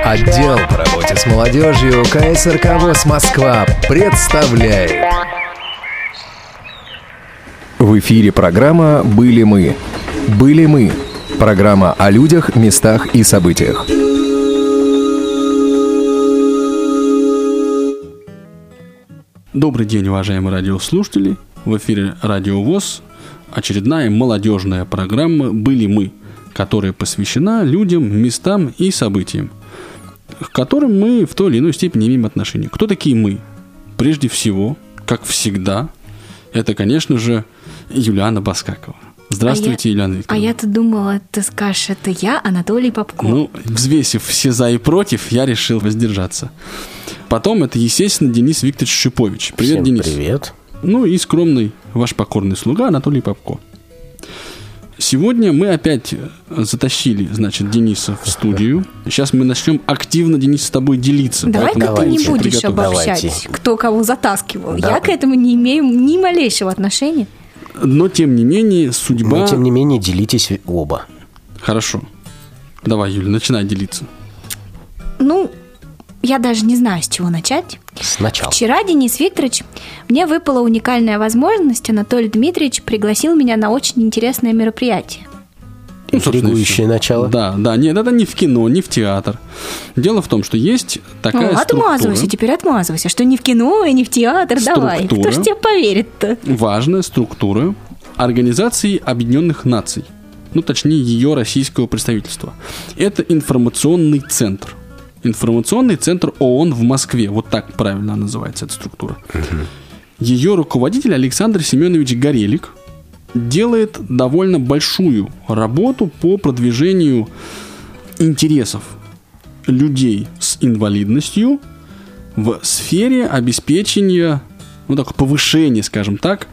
Отдел по работе с молодежью КСРК ВОС Москва представляет. В эфире программа «Были мы». «Были мы». Программа о людях, местах и событиях. Добрый день, уважаемые радиослушатели. В эфире Радио ВОС. Очередная молодежная программа «Были мы», которая посвящена людям, местам и событиям, к которым мы в той или иной степени имеем отношение. Кто такие мы? Прежде всего, как всегда, это, конечно же, Юлиана Баскакова. Здравствуйте, Юлиана Викторовна. А я-то думала, ты скажешь, это я, Анатолий Попко. Ну, взвесив все за и против, я решил воздержаться. Потом это, естественно, Денис Викторович Шипович. Привет, всем Денис. Привет. Ну и скромный ваш покорный слуга Анатолий Попко. Сегодня мы опять затащили, значит, Дениса в студию. Сейчас мы начнем активно, Денис, с тобой делиться. Давай-ка ты не будешь обобщать, кто кого затаскивал. Да. Я к этому не имею ни малейшего отношения. Но, тем не менее, судьба... Но, тем не менее, делитесь оба. Хорошо. Давай, Юля, начинай делиться. Ну, я даже не знаю, с чего начать. Сначала. Вчера, Денис Викторович, мне выпала уникальная возможность. Анатолий Дмитриевич пригласил меня на очень интересное мероприятие. Интригующее начало. Да, нет, это не в кино, не в театр. Дело в том, что есть такая структура. Отмазывайся, теперь отмазывайся, что не в кино и не в театр, давай. Кто ж тебе поверит-то? Важная структура Организации Объединенных Наций. Ну, точнее, ее российского представительства. Это информационный центр. Информационный центр ООН в Москве. Вот так правильно называется эта структура. Ее руководитель Александр Семенович Горелик делает довольно большую работу по продвижению интересов людей с инвалидностью в сфере обеспечения, ну так, повышения, скажем так,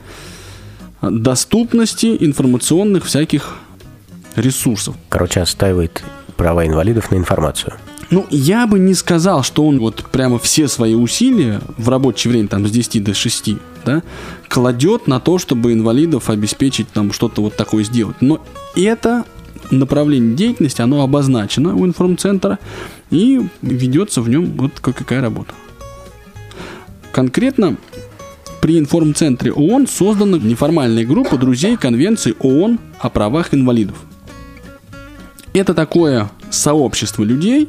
доступности информационных всяких ресурсов. Короче, отстаивает права инвалидов на информацию. Ну, я бы не сказал, что он вот прямо все свои усилия в рабочее время, там, с 10 до 6, да, кладет на то, чтобы инвалидов обеспечить, там, что-то вот такое сделать. Но это направление деятельности, оно обозначено у информцентра, и ведется в нем вот какая работа. Конкретно при информцентре ООН создана неформальная группа друзей Конвенции ООН о правах инвалидов. Это такое сообщество людей,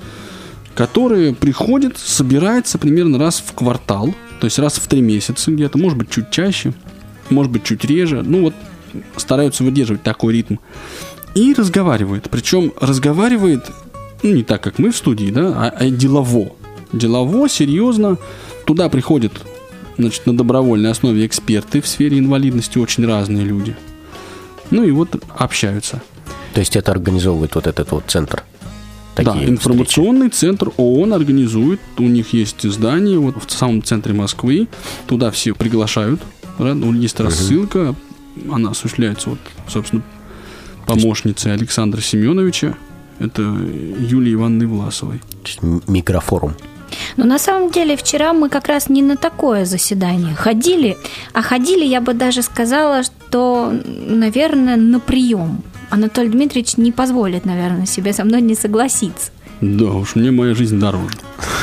которые приходят, собираются примерно раз в квартал, то есть раз в 3 месяца где-то, может быть, чуть чаще, может быть, чуть реже, ну вот стараются выдерживать такой ритм, и разговаривают. Причем разговаривает, ну, не так, как мы в студии, да, а делово. Делово, серьезно. Туда приходят, значит, на добровольной основе эксперты в сфере инвалидности, очень разные люди. Ну и вот общаются. То есть это организовывает вот этот вот центр? Да, информационный центр ООН организует, у них есть здание вот в самом центре Москвы, туда все приглашают, есть рассылка, она осуществляется вот, собственно, помощницей Александра Семеновича, это Юлии Ивановны Власовой. Микрофорум. Но на самом деле вчера мы как раз не на такое заседание ходили, а ходили, я бы даже сказала, что, наверное, на прием. Анатолий Дмитриевич не позволит, наверное, себе со мной не согласиться. Да уж, мне моя жизнь дороже.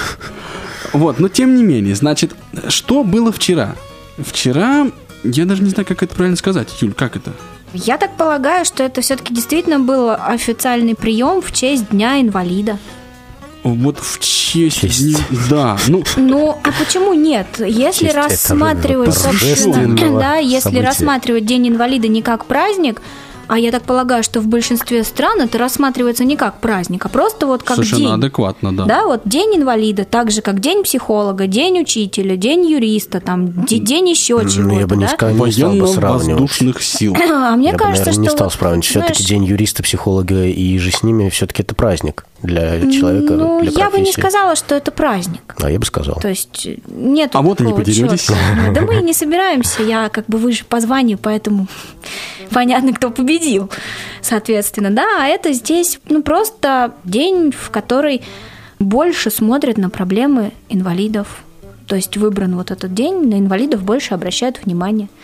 Вот, но тем не менее, значит, что было вчера? Вчера, я даже не знаю, как это правильно сказать. Юль, как это? Я так полагаю, что это все-таки действительно был официальный прием в честь Дня инвалида. Вот в честь. Да. Ну, а почему нет? Если рассматривать, собственно, да, если рассматривать День инвалида не как праздник, а я так полагаю, что в большинстве стран это рассматривается не как праздник, а просто вот как совершенно день. Совершенно адекватно, да. Да, вот День инвалида, так же, как День психолога, День учителя, День юриста, там, день еще чего-то, я бы не стал бы сравнивать. Военно-воздушных сил. А мне кажется, что... Я бы, наверное, не стал сравнивать. Все-таки День юриста, психолога и же с ними все-таки это праздник для человека, для профессии. Я бы не сказала, что это праздник. А я бы сказал. То есть нет такого. А вот и не поделитесь. Да мы и не собираемся, я как бы выше по званию, поэтому понятно, кто победил. Соответственно, да, а это здесь просто день, в который больше смотрят на проблемы инвалидов. То есть выбран вот этот день, на инвалидов больше обращают внимание.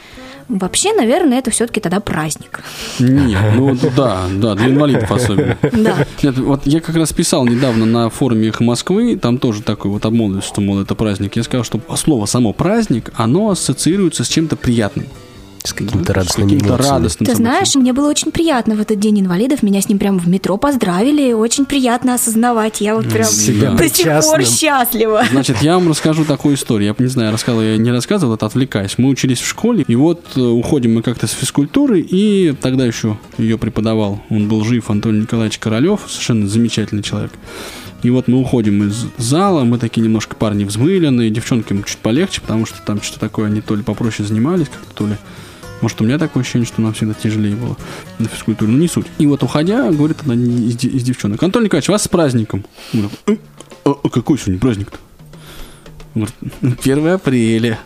Вообще, наверное, это все-таки тогда праздник. Нет, ну да, для инвалидов особенно. Да. Нет, вот я как раз писал недавно на форуме «Эхо Москвы», там тоже такой вот обмолвился, что, мол, это праздник. Я сказал, что слово само «праздник», оно ассоциируется с чем-то приятным. С каким-то радостным эмоциями. Ты знаешь, мне было очень приятно в этот день инвалидов. Меня с ним прям в метро поздравили. Очень приятно осознавать. Я вот прям до сих пор счастлива. Значит, я вам расскажу такую историю. Я не знаю, рассказывал я не рассказывал, это отвлекаюсь. Мы учились в школе, и вот уходим мы как-то с физкультуры, и тогда еще ее преподавал. Он был жив, Антоний Николаевич Королев, совершенно замечательный человек. И вот мы уходим из зала, мы такие немножко парни взмыленные, девчонкам чуть полегче, потому что там что-то такое, они то ли попроще занимались, как-то то ли... Может, у меня такое ощущение, что нам всегда тяжелее было на физкультуре, но не суть. И вот уходя, говорит она из девчонок: Антон Николаевич, вас с праздником. Говорю: какой сегодня праздник-то? Говорит: 1 апреля.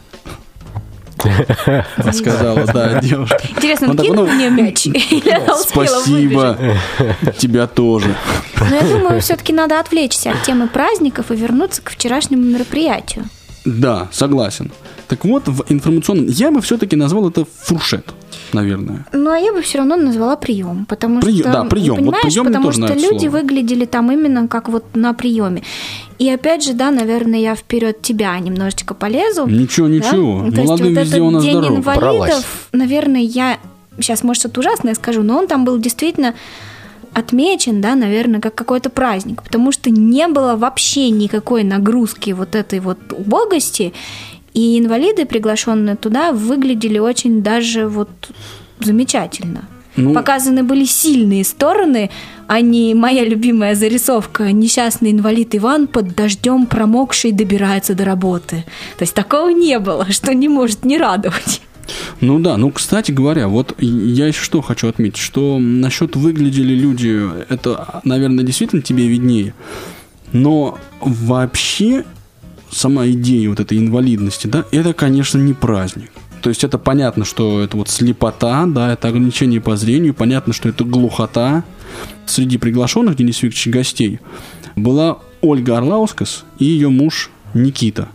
Сказала, да, девушка. Интересно, он кинул мне мяч? Спасибо, тебя тоже. Но я думаю, все-таки надо отвлечься от темы праздников и вернуться к вчерашнему мероприятию. Да, согласен. Так вот, в информационном... Я бы все-таки назвал это фуршет, наверное. Ну, а я бы все равно назвала прием, потому что... Да, прием. Понимаешь, вот прием потому что люди слово. выглядели там именно как вот на приеме. И опять же, да, наверное, я вперед тебя немножечко полезу. Ничего. Да? Ну, ладно, вот везде у нас день здорово. инвалидов, Бралась. наверное, я... Сейчас, может, что-то ужасное скажу, но он там был действительно отмечен, да, наверное, как какой-то праздник, потому что не было вообще никакой нагрузки вот этой вот убогости, и инвалиды, приглашенные туда, выглядели очень даже вот замечательно. Показаны были сильные стороны, а не моя любимая зарисовка: несчастный инвалид Иван под дождем промокший добирается до работы. То есть такого не было, что не может не радовать. Ну да, кстати говоря, вот я еще что хочу отметить, что насчет выглядели люди, это, наверное, действительно тебе виднее, но вообще сама идея вот этой инвалидности, да, это, конечно, не праздник. То есть это понятно, что это вот слепота, да, это ограничение по зрению, понятно, что это глухота. Среди приглашенных Денис Викторович гостей была Ольга Орлаускас и ее муж Никита.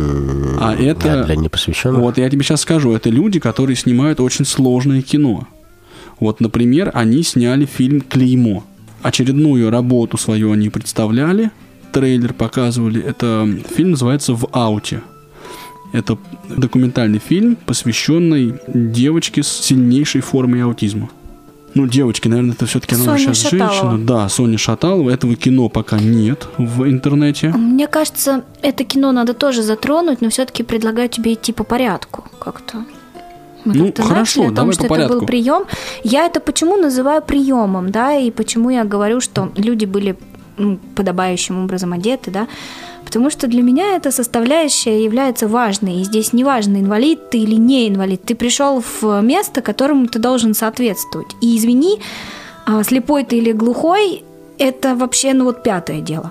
А это... Для непосвященных. Вот я тебе сейчас скажу, это люди, которые снимают очень сложное кино. Вот, например, они сняли фильм «Клеймо». Очередную работу свою они представляли, трейлер показывали. Это фильм называется «В ауте». Это документальный фильм, посвященный девочке с сильнейшей формой аутизма. Девочки, наверное, это все-таки она Соня сейчас Шаталова. женщина. Да, Соня Шаталова. Этого кино пока нет в интернете. Мне кажется, это кино надо тоже затронуть, но все-таки предлагаю тебе идти по порядку как-то. Мы как-то хорошо, начали о том, давай что по порядку. это был прием. Я это почему называю приемом, да, и почему я говорю, что люди были подобающим образом одеты, да, потому что для меня эта составляющая является важной, и здесь не важно, инвалид ты или не инвалид, ты пришел в место, которому ты должен соответствовать, и извини, слепой ты или глухой, это вообще, пятое дело.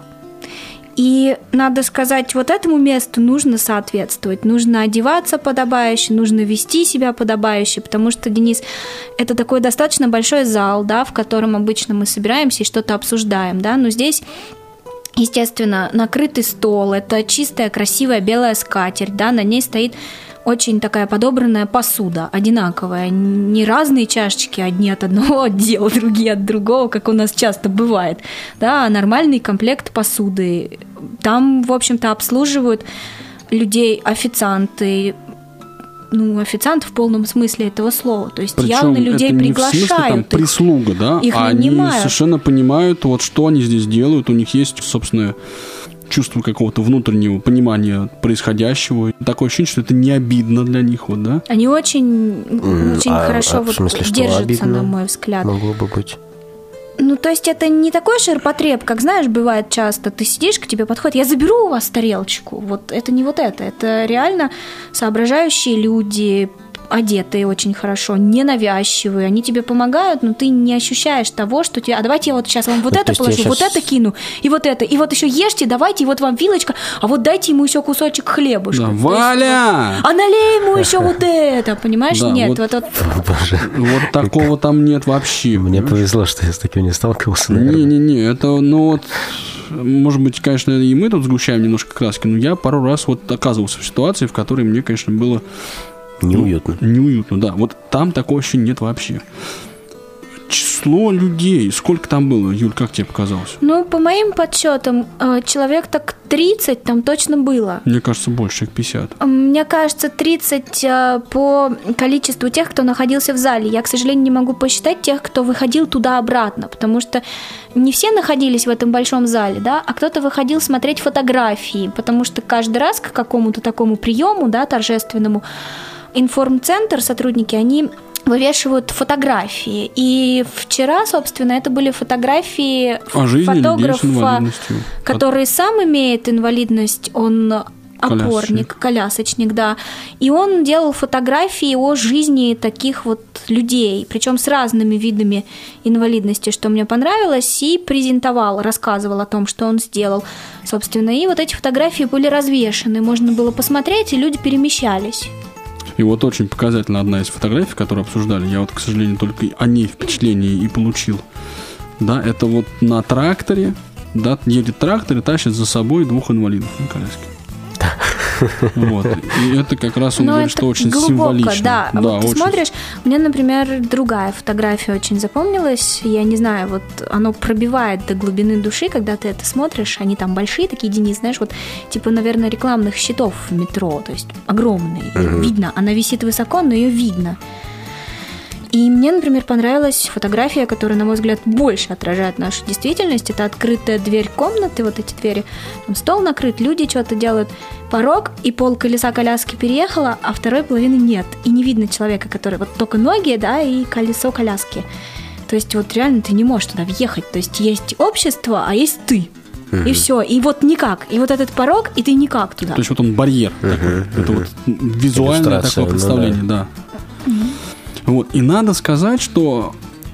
И надо сказать, вот этому месту нужно соответствовать, нужно одеваться подобающе, нужно вести себя подобающе, потому что, Денис, это такой достаточно большой зал, да, в котором обычно мы собираемся и что-то обсуждаем, да, но здесь, естественно, накрытый стол, это чистая, красивая белая скатерть, да, на ней стоит очень такая подобранная посуда, одинаковая, не разные чашечки, одни от одного отдела, другие от другого, как у нас часто бывает, да, а нормальный комплект посуды. Там, в общем-то, обслуживают людей официанты, официанты в полном смысле этого слова, то есть причем явно людей это приглашают. Не в смысле, там, прислуга, да, их они нанимают. совершенно понимают, вот что они здесь делают, у них есть собственное чувство какого-то внутреннего понимания происходящего. Такое ощущение, что это не обидно для них, вот, да? Они очень хорошо в смысле, что держатся, обидно? на мой взгляд. Могло бы быть. То есть это не такой ширпотреб, как, знаешь, бывает часто. Ты сидишь, к тебе подходит: я заберу у вас тарелочку. Вот это не вот это. Это реально соображающие люди, одетые очень хорошо, ненавязчивые. Они тебе помогают, но ты не ощущаешь того, что тебе... А давайте я вот сейчас вам вот это положу, вот это кину, и вот это. И вот еще ешьте, давайте, и вот вам вилочка, а вот дайте ему еще кусочек хлебушка. Да, Валя! А налей ему еще вот это, понимаешь? Да, нет, вот- вот Боже. Вот такого там нет вообще. Мне понимаешь? повезло, что я с таким не сталкивался, наверное. Не-не-не, это, может быть, конечно, и мы тут сгущаем немножко краски, но я пару раз вот оказывался в ситуации, в которой мне, конечно, было Неуютно. Неуютно, да. Вот там такого ощущения нет вообще. Число людей, сколько там было, Юль, как тебе показалось? Ну, по моим подсчетам, человек так 30 там точно было. Мне кажется, больше, человек 50. Мне кажется, 30 по количеству тех, кто находился в зале. Я, к сожалению, не могу посчитать тех, кто выходил туда-обратно, потому что не все находились в этом большом зале, да, а кто-то выходил смотреть фотографии, потому что каждый раз к какому-то такому приему, да, торжественному, информцентр, сотрудники, они вывешивают фотографии. И вчера, собственно, это были фотографии фотографа, который сам имеет инвалидность, он опорник, колясочник, да. И он делал фотографии о жизни таких вот людей, причем с разными видами инвалидности, что мне понравилось, и презентовал, рассказывал о том, что он сделал, собственно. И вот эти фотографии были развешаны, можно было посмотреть, и люди перемещались. И вот очень показательна одна из фотографий, которую обсуждали. Я вот, к сожалению, только о ней впечатление и получил. Да, это вот на тракторе, да, едет трактор и тащит за собой 2 инвалидов на коляске. Вот. И это как раз он говорит, что очень глубоко, символично. Да, да, вот ты очень. Смотришь, мне, например, другая фотография очень запомнилась. Я не знаю, вот оно пробивает до глубины души, когда ты это смотришь. Они там большие такие, Денис, знаешь, вот типа, наверное, рекламных щитов в метро, то есть огромные. Видно, она висит высоко, но ее видно. И мне, например, понравилась фотография, которая, на мой взгляд, больше отражает нашу действительность. Это открытая дверь комнаты, вот эти двери. Там стол накрыт, люди что-то делают. Порог, и пол колеса коляски переехало, а второй половины нет. И не видно человека, который вот только ноги, да, и колесо коляски. То есть вот реально ты не можешь туда въехать. То есть общество, а есть ты. И все. И вот никак. И вот этот порог, и ты никак туда. То есть вот он барьер такой. Это вот визуальное такое представление, да. Вот. И надо сказать, что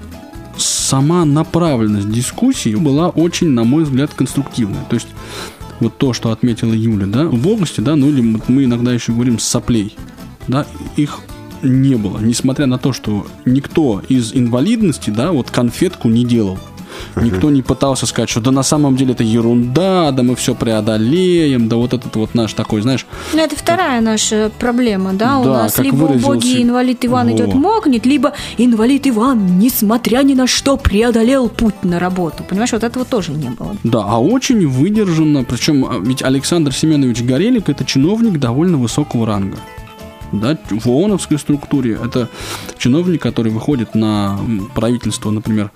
сама направленность дискуссии была очень, на мой взгляд, конструктивная. То есть вот то, что отметила Юля, да, в области, да, ну или мы иногда еще говорим соплей, да, их не было. Несмотря на то, что никто из инвалидности, да, вот конфетку не делал. Никто не пытался сказать, что да на самом деле это ерунда, да мы все преодолеем, да вот этот вот наш такой, знаешь... Ну, это вторая наша проблема, да? У да, нас либо убогий инвалид Иван идет мокнет, либо инвалид Иван, несмотря ни на что, преодолел путь на работу. Понимаешь, вот этого тоже не было. Да, а очень выдержанно, причем ведь Александр Семенович Горелик — это чиновник довольно высокого ранга. Да, в ООНовской структуре это чиновник, который выходит на правительство, например,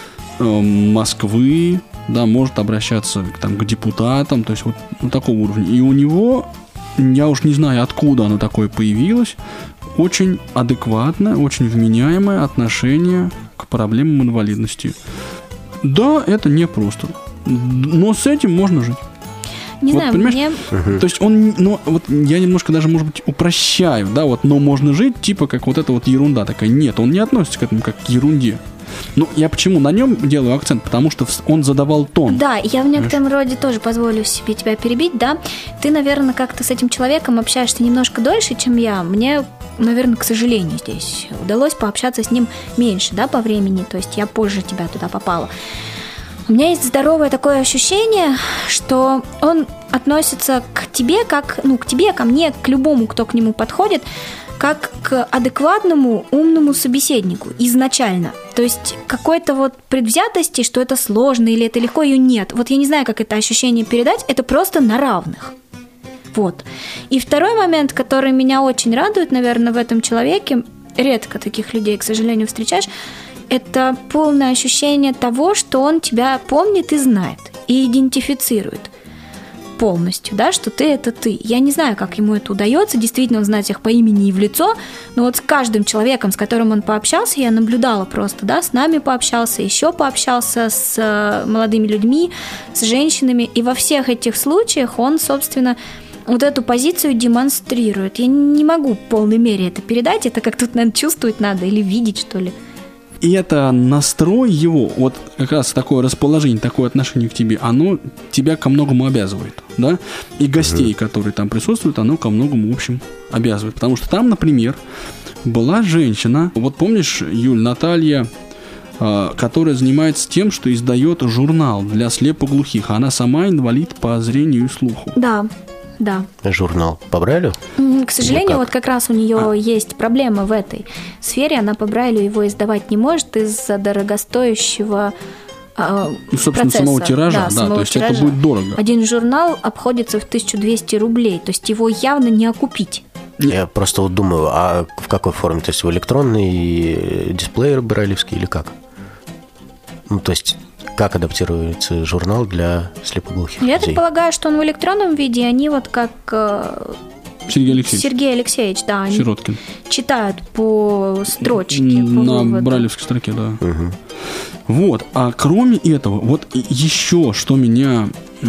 Москвы, да, может обращаться там, к депутатам, то есть вот такого уровня. И у него, я уж не знаю, откуда оно такое появилось, очень адекватное, очень вменяемое отношение к проблемам инвалидности. Да, это непросто, но с этим можно жить. Не вот, знаю, понимаешь? мне... То есть он, ну, вот я немножко даже, может быть, упрощаю, да, вот, но можно жить, типа, как вот эта вот ерунда такая. Нет, он не относится к этому как к ерунде. Ну, я почему на нем делаю акцент? Потому что он задавал тон. Да, я в некотором роде тоже позволю себе тебя перебить, да. Ты, наверное, как-то с этим человеком общаешься немножко дольше, чем я. Мне, наверное, к сожалению, здесь удалось пообщаться с ним меньше, да, по времени. То есть я позже тебя туда попала. У меня есть здоровое такое ощущение, что он относится к тебе как, ну, к тебе, ко мне, к любому, кто к нему подходит, как к адекватному, умному собеседнику изначально. То есть какой-то вот предвзятости, что это сложно или это легко, ее нет. Вот я не знаю, как это ощущение передать, это просто на равных. Вот. И второй момент, который меня очень радует, наверное, в этом человеке, редко таких людей, к сожалению, встречаешь, это полное ощущение того, что он тебя помнит и знает, и идентифицирует полностью, да, что ты — это ты. Я не знаю, как ему это удается, действительно, он знает их по имени и в лицо, но вот с каждым человеком, с которым он пообщался, я наблюдала просто, да, с нами пообщался, еще пообщался с молодыми людьми, с женщинами, и во всех этих случаях он, собственно, вот эту позицию демонстрирует. Я не могу в полной мере это передать, это как тут, наверное, чувствовать надо или видеть, что ли. И это настрой его, вот как раз такое расположение, такое отношение к тебе, оно тебя ко многому обязывает, да? И гостей, которые там присутствуют, оно ко многому, в общем, обязывает. Потому что там, например, была женщина, вот помнишь, Юль, Наталья, которая занимается тем, что издает журнал для слепоглухих. Она сама инвалид по зрению и слуху. Да. Да. Журнал по Брайлю? К сожалению, вот как раз у нее есть проблема в этой сфере. Она по Брайлю его издавать не может из-за дорогостоящего собственно, процесса. самого тиража, самого то есть тиража. это будет дорого. Один журнал обходится в 1200 рублей, то есть его явно не окупить. Я просто вот думаю, а в какой форме? То есть в электронный дисплей брайлевский или как? Ну, то есть как адаптируется журнал для слепоглухих Я людей? так полагаю, что он в электронном виде, они вот как Сергей Алексеевич да, они Сироткин. читают по строчке, по На выводу. брайлевской строке, да. Вот, а кроме этого, вот еще что меня,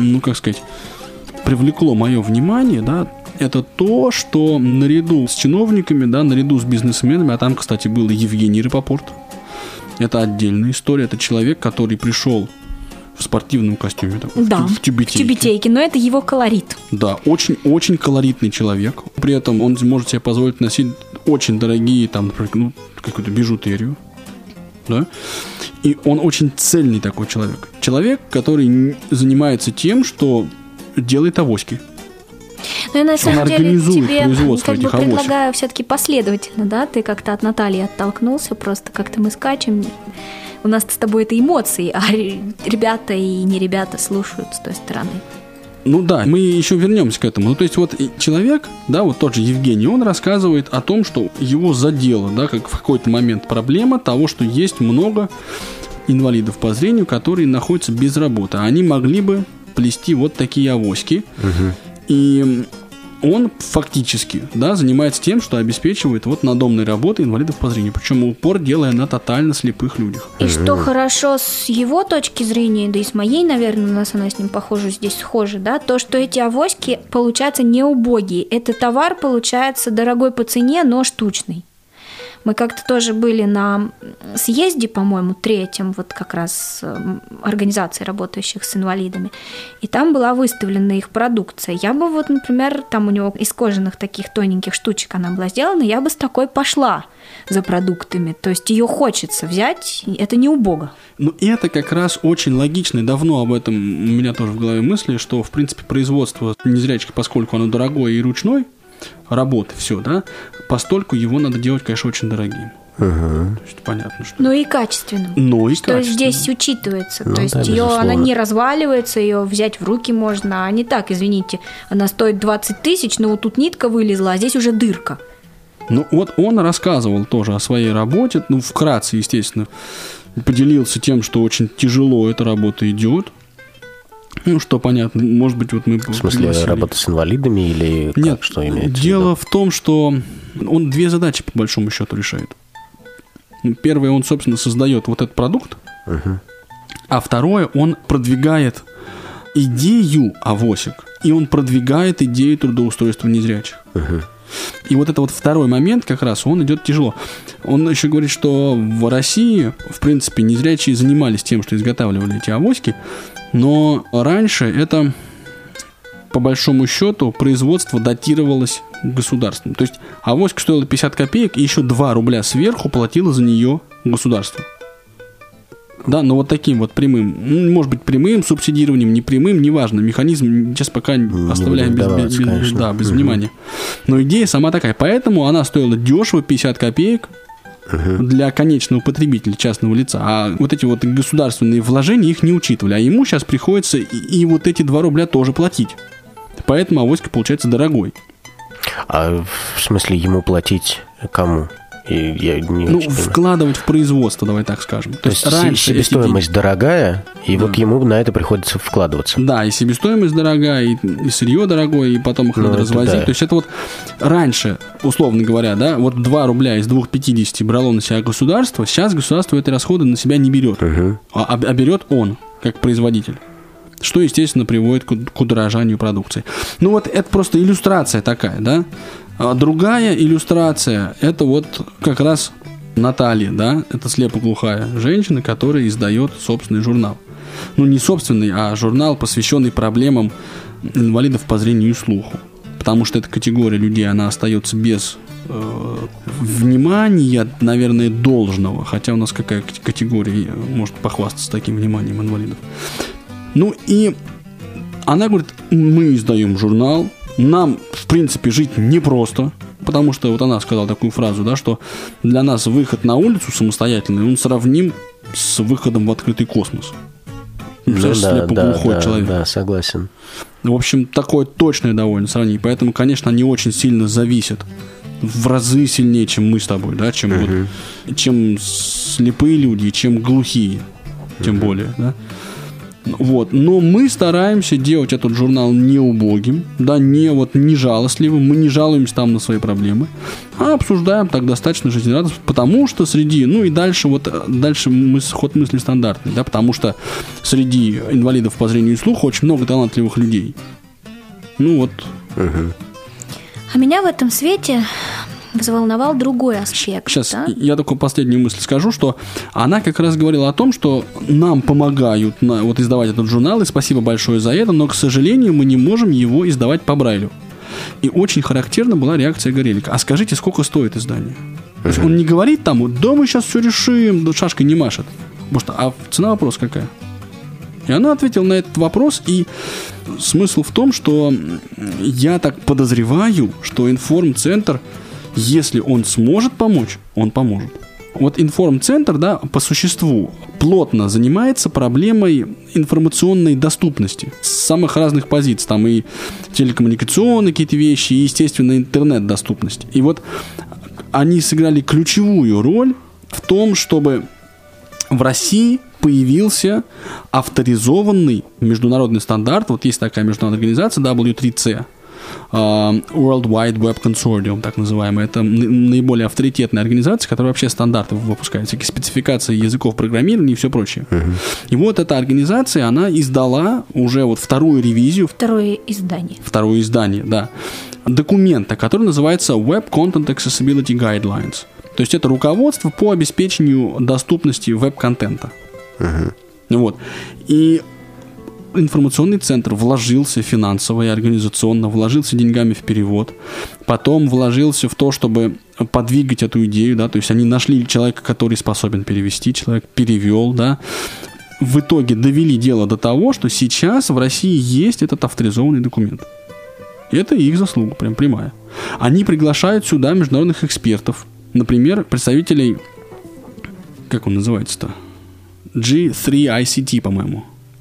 привлекло мое внимание, да, это то, что наряду с чиновниками, да, наряду с бизнесменами, а там, кстати, был и Евгений Рапопорт, это отдельная история, это человек, который пришел в спортивном костюме, такой, Да, в тюбетейке. но это его колорит. Да, очень-очень колоритный человек. При этом он может себе позволить носить очень дорогие, там, например, какую-то бижутерию. Да? И он очень цельный такой человек. Человек, который занимается тем, что делает авоськи. Но я на самом деле организует тебе производство как бы этих авоськ. предлагаю все-таки последовательно, да? Ты как-то от Натальи оттолкнулся, просто как-то мы скачем. У нас с тобой это эмоции, а ребята и не ребята слушают с той стороны. Ну да, мы еще вернемся к этому. Ну, то есть вот человек, да, вот тот же Евгений, он рассказывает о том, что его задело, да, как в какой-то момент проблема того, что есть много инвалидов по зрению, которые находятся без работы. Они могли бы плести вот такие авоськи. И он фактически, да, занимается тем, что обеспечивает вот надомной работой инвалидов по зрению, причем упор делая на тотально слепых людях. И что хорошо с его точки зрения, да и с моей, наверное, у нас она с ним похожа, здесь схожа, да, то, что эти авоськи получаются не убогие. Это товар получается дорогой по цене, но штучный. Мы как-то тоже были на съезде, по-моему, 3-м, вот как раз организации, работающих с инвалидами, и там была выставлена их продукция. Я бы вот, например, там у него из кожаных таких тоненьких штучек она была сделана, я бы с такой пошла за продуктами. То есть ее хочется взять, это не убого. Ну, это как раз очень логично, и давно об этом у меня тоже в голове мысли, что, в принципе, производство незрячих, поскольку оно дорогое и ручной, работы, все, да, постольку его надо делать, конечно, очень дорогим. То есть понятно, что... Ну и качественным. Что здесь учитывается. То есть она не разваливается, ее взять в руки можно, а не так, извините, она стоит 20 тысяч, но вот тут нитка вылезла, а здесь уже дырка. Ну вот он рассказывал тоже о своей работе, ну вкратце, естественно, поделился тем, что очень тяжело эта работа идет. Ну, что понятно, может быть, вот мы... В смысле, работа с инвалидами или как? Нет, что имеется в виду? дело в том, что он 2 задачи, по большому счету, решает. Первое, он, собственно, создает вот этот продукт, а второе, он продвигает идею авосик, и он продвигает идею трудоустройства незрячих. И вот это вот второй момент, как раз, он идет тяжело. Он еще говорит, что в России, в принципе, незрячие занимались тем, что изготавливали эти авоськи, но раньше это, по большому счету, производство датировалось государством. То есть авоська стоила 50 копеек, и еще 2 рубля сверху платило за нее государство. Да, но вот таким вот прямым, может быть, прямым субсидированием, непрямым, неважно, механизм сейчас пока оставляем без внимания. Но идея сама такая, поэтому она стоила дешево, 50 копеек, для конечного потребителя, частного лица. А вот эти вот государственные вложения их не учитывали. А ему сейчас приходится и вот эти 2 рубля тоже платить. Поэтому авоська получается дорогой. А в смысле ему платить кому? Я не очень вкладывать в производство, давай так скажем. То есть раньше себестоимость дорогая, и вот ему на это приходится вкладываться. Да, и себестоимость дорогая, и сырье дорогое, и потом их надо развозить. Да. То есть это вот раньше, условно говоря, да, вот 2 рубля из 2,50 брало на себя государство, сейчас государство эти расходы на себя не берет, а берет он, как производитель. Что, естественно, приводит к удорожанию продукции. Ну вот это просто иллюстрация такая, да. А другая иллюстрация, это вот как раз Наталья, да, это слепоглухая женщина, которая издает собственный журнал. Ну, не собственный, а журнал, посвященный проблемам инвалидов по зрению и слуху. Потому что эта категория людей, она остается без внимания, наверное, должного. Хотя у нас какая категория может похвастаться таким вниманием инвалидов. Ну и она говорит, мы издаем журнал, нам, в принципе, жить непросто, потому что вот она сказала такую фразу, да, что для нас выход на улицу самостоятельный, он сравним с выходом в открытый космос. Слепоглухой человек. Да, согласен. В общем, такое точное довольно сравнение. Поэтому, конечно, они очень сильно зависят. В разы сильнее, чем мы с тобой, да, чем слепые люди, чем глухие, тем более, да. Вот. Но мы стараемся делать этот журнал не убогим, да, не жалостливым, мы не жалуемся там на свои проблемы, а обсуждаем так достаточно жизнерадостно, потому что среди, и дальше ход мысли стандартный, да, потому что среди инвалидов по зрению и слуху очень много талантливых людей. А меня в этом свете взволновал другой аспект. Сейчас да? я такую последнюю мысль скажу, что она как раз говорила о том, что нам помогают издавать этот журнал, и спасибо большое за это, но, к сожалению, мы не можем его издавать по Брайлю. И очень характерна была реакция Горелика. А скажите, сколько стоит издание? То есть он не говорит там, да мы сейчас все решим, да шашкой не машет. А цена вопроса какая? И она ответила на этот вопрос, и смысл в том, что я так подозреваю, что информцентр, если он сможет помочь, он поможет. Вот информцентр, да, по существу плотно занимается проблемой информационной доступности с самых разных позиций. Там и телекоммуникационные какие-то вещи, и, естественно, интернет-доступность. И вот они сыграли ключевую роль в том, чтобы в России появился авторизованный международный стандарт. Вот есть такая международная организация W3C, World Wide Web Consortium, так называемая. Это наиболее авторитетная организация, которая вообще стандарты выпускает, всякие спецификации языков программирования и все прочее. И вот эта организация, она издала уже вот вторую ревизию. Второе издание, да. Документа, который называется Web Content Accessibility Guidelines. То есть это руководство по обеспечению доступности веб-контента. Вот. И информационный центр вложился финансово и организационно, вложился деньгами в перевод, потом вложился в то, чтобы подвигать эту идею, да, то есть они нашли человека, который способен перевести, человек перевел, да. В итоге довели дело до того, что сейчас в России есть этот авторизованный документ. И это их заслуга, прям прямая. Они приглашают сюда международных экспертов, например, представителей, как он называется-то? G3ICT, по-моему.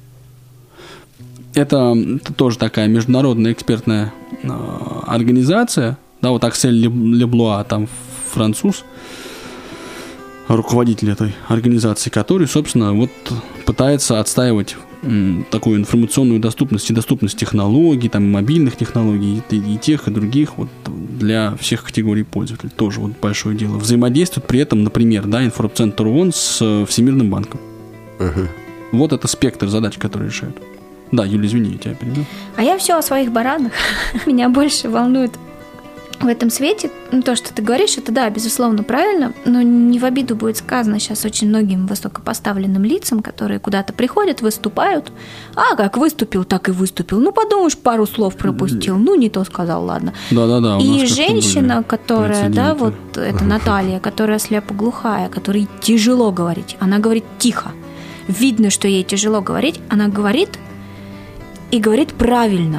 Это тоже такая международная экспертная организация. Да, вот Аксель Леблуа, там француз, руководитель этой организации, который, собственно, вот пытается отстаивать такую информационную доступность и доступность технологий, там, мобильных технологий, и тех, и других, вот, для всех категорий пользователей. Тоже вот большое дело. Взаимодействует при этом, например, да, информцентр ООН с Всемирным банком. Вот это спектр задач, которые решают. Да, Юля, извини, я тебя перебил. А я все о своих баранах. Меня больше волнует в этом свете то, что ты говоришь, это, да, безусловно, правильно, но не в обиду будет сказано сейчас очень многим высокопоставленным лицам, которые куда-то приходят, выступают. А как выступил, так и выступил. Ну, подумаешь, пару слов пропустил. Ну, не то сказал, ладно. Да. И женщина, которая, да, вот это Наталья, которая слепоглухая, которой тяжело говорить. Она говорит тихо. Видно, что ей тяжело говорить. Она говорит и говорит правильно.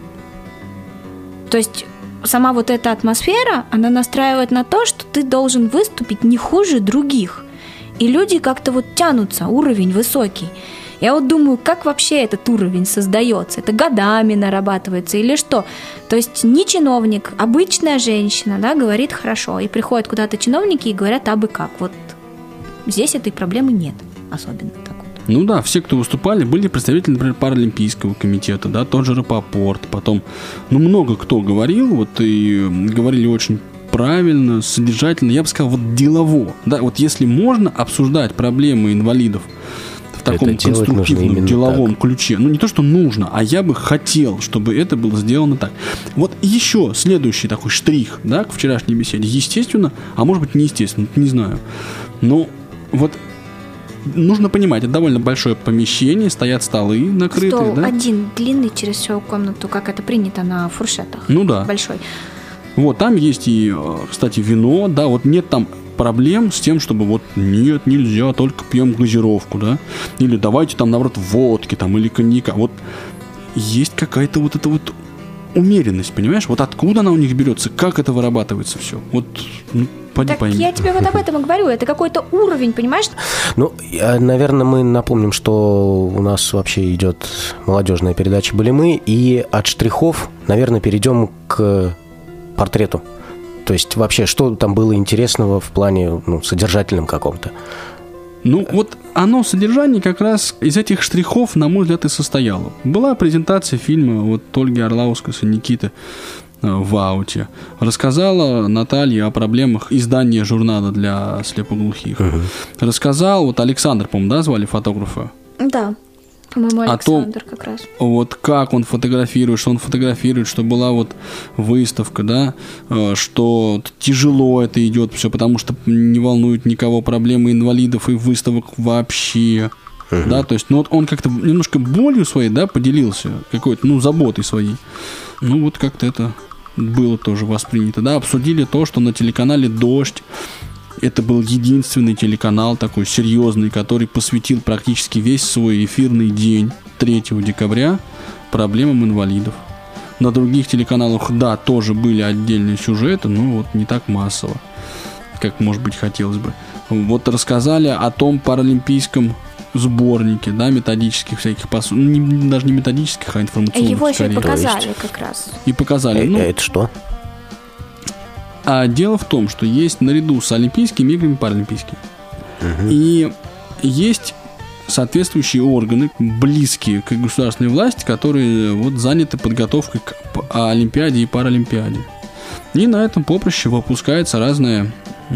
То есть сама вот эта атмосфера, она настраивает на то, что ты должен выступить не хуже других. И люди как-то вот тянутся, уровень высокий. Я вот думаю, как вообще этот уровень создается? Это годами нарабатывается или что? То есть не чиновник, обычная женщина, да, говорит хорошо. И приходят куда-то чиновники и говорят абы как. Вот здесь этой проблемы нет особенно так. Ну да, все, кто выступали, были представители, например, Паралимпийского комитета, да, тот же Рапопорт, потом, много кто говорил, вот, и говорили очень правильно, содержательно, я бы сказал, вот делово, да, вот если можно обсуждать проблемы инвалидов в таком конструктивном, деловом ключе, не то, что нужно, а я бы хотел, чтобы это было сделано так. Вот еще следующий такой штрих, да, к вчерашней беседе, естественно, а может быть неестественно, не знаю, но вот нужно понимать, это довольно большое помещение, стоят столы накрытые. Стол да? один длинный через всю комнату, как это принято на фуршетах. Ну да. Большой. Вот, там есть и, кстати, вино, да, вот нет там проблем с тем, чтобы вот нет, нельзя, только пьем газировку, да, или давайте там, наоборот, водки там или коньяка. Вот есть какая-то вот эта вот умеренность, понимаешь? Вот откуда она у них берется, как это вырабатывается все. Вот, так пойми. Я тебе вот об этом и говорю. Это какой-то уровень, понимаешь? Ну, наверное, мы напомним, что у нас вообще идет молодежная передача «Были мы», и от штрихов, наверное, перейдем к портрету. То есть вообще, что там было интересного в плане содержательном каком-то? Ну, вот оно, содержание как раз из этих штрихов, на мой взгляд, и состояло. Была презентация фильма вот Ольги Арлаускас и Никиты в ауте. Рассказала Наталья о проблемах издания журнала для слепоглухих. Рассказал, вот Александр, по-моему, да, звали фотографа? Да, по-моему, Александр как раз. Вот как он фотографирует, что он фотографирует, что была вот выставка, да, что тяжело это идет все, потому что не волнует никого проблемы инвалидов и выставок вообще. Да, то есть, вот он как-то немножко болью своей, да, поделился, какой-то, заботой своей. Вот как-то это было тоже воспринято, да, обсудили то, что на телеканале «Дождь» это был единственный телеканал такой серьезный, который посвятил практически весь свой эфирный день 3 декабря проблемам инвалидов. На других телеканалах, да, тоже были отдельные сюжеты, но вот не так массово, как, может быть, хотелось бы. Вот рассказали о том паралимпийском сборнике, да, методических всяких даже не методических, а информационных. Его еще и показали как раз. И показали. Это что? А дело в том, что есть наряду с олимпийскими играми паралимпийские. И есть соответствующие органы, близкие к государственной власти, которые вот заняты подготовкой к Олимпиаде и Паралимпиаде. И на этом поприще выпускается разное,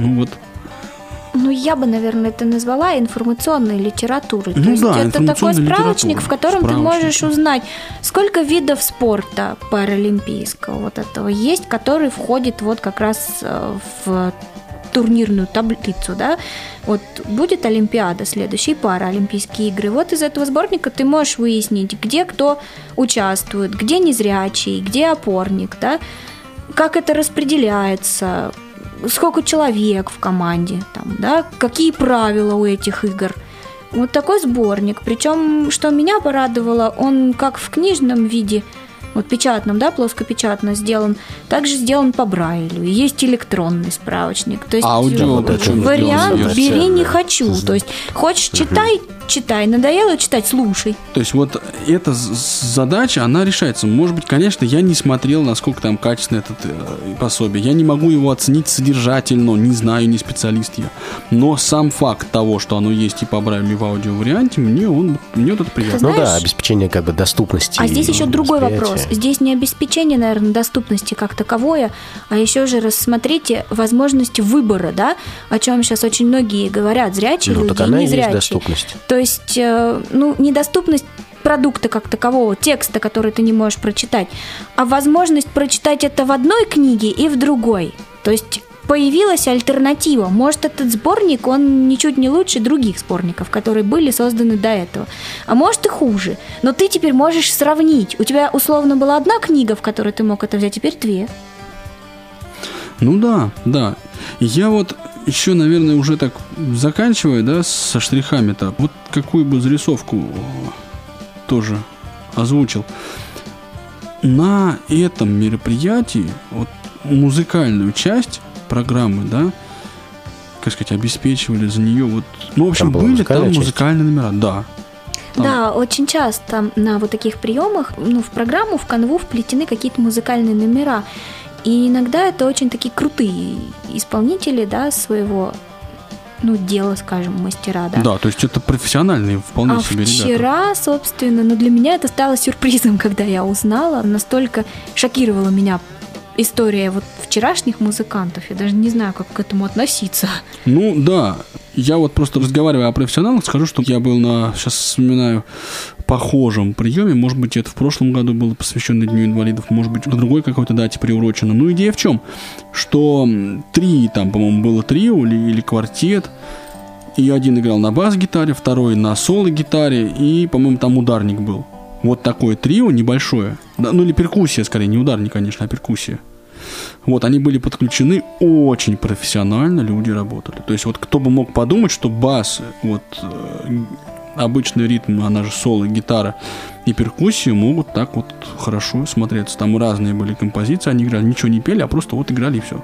я бы, наверное, это назвала информационной литературой. То есть это такой справочник, в котором ты можешь узнать, сколько видов спорта паралимпийского вот этого есть, который входит вот как раз в турнирную таблицу, да. Вот будет Олимпиада, следующие Паралимпийские игры. Вот из этого сборника ты можешь выяснить, где кто участвует, где незрячий, где опорник, да, как это распределяется, сколько человек в команде, там, да, какие правила у этих игр. Вот такой сборник. Причем, что меня порадовало, он как в книжном виде, вот печатном, да, плоскопечатно сделан, также сделан по Брайлю. И есть электронный справочник. То есть вариант «бери, не хочу». То есть хочешь читай, надоело читать, слушай. То есть вот эта задача, она решается. Может быть, конечно, я не смотрел, насколько там качественно это пособие. Я не могу его оценить содержательно, не знаю, не специалист я. Но сам факт того, что оно есть и по Брайлю, и в аудиоварианте, мне вот это приятно. Знаешь, да, обеспечение как бы доступности. А здесь еще другой вопрос. Здесь не обеспечение, наверное, доступности как таковое, а еще же рассмотрите возможность выбора, да, о чем сейчас очень многие говорят, зрячие люди и незрячие. То есть, недоступность продукта как такового, текста, который ты не можешь прочитать, а возможность прочитать это в одной книге и в другой. То есть появилась альтернатива. Может, этот сборник, он ничуть не лучше других сборников, которые были созданы до этого. А может и хуже. Но ты теперь можешь сравнить. У тебя условно была одна книга, в которой ты мог это взять, теперь 2. Да. Я вот еще, наверное, уже так заканчивая, да, со штрихами-то, вот какую бы зарисовку тоже озвучил. На этом мероприятии вот музыкальную часть программы, да, как сказать, обеспечивали за нее вот... в общем, были там музыкальные номера, да. Да, очень часто на вот таких приемах, в программу, в канву вплетены какие-то музыкальные номера. И иногда это очень такие крутые исполнители, да, своего, дела, скажем, мастера, да. Да, то есть это профессиональные вполне себе ребята. Вчера, собственно, для меня это стало сюрпризом, когда я узнала. Настолько шокировала меня история вот вчерашних музыкантов. Я даже не знаю, как к этому относиться. Да. Я вот просто разговаривая о профессионалах, скажу, что я был сейчас вспоминаю, похожем приеме. Может быть, это в прошлом году было посвящено Дню инвалидов, может быть, к другой какой-то дате приурочено. Идея в чем? Что по-моему, было трио или квартет, и один играл на бас-гитаре, второй на соло-гитаре, и, по-моему, там ударник был. Вот такое трио небольшое. Да, или перкуссия, скорее, не ударник, конечно, а перкуссия. Вот, они были подключены очень профессионально, люди работали. То есть, вот кто бы мог подумать, что бас, обычный ритм, она же соло, гитара и перкуссия могут так вот хорошо смотреться. Там разные были композиции, они играли, ничего не пели, а просто вот играли и все.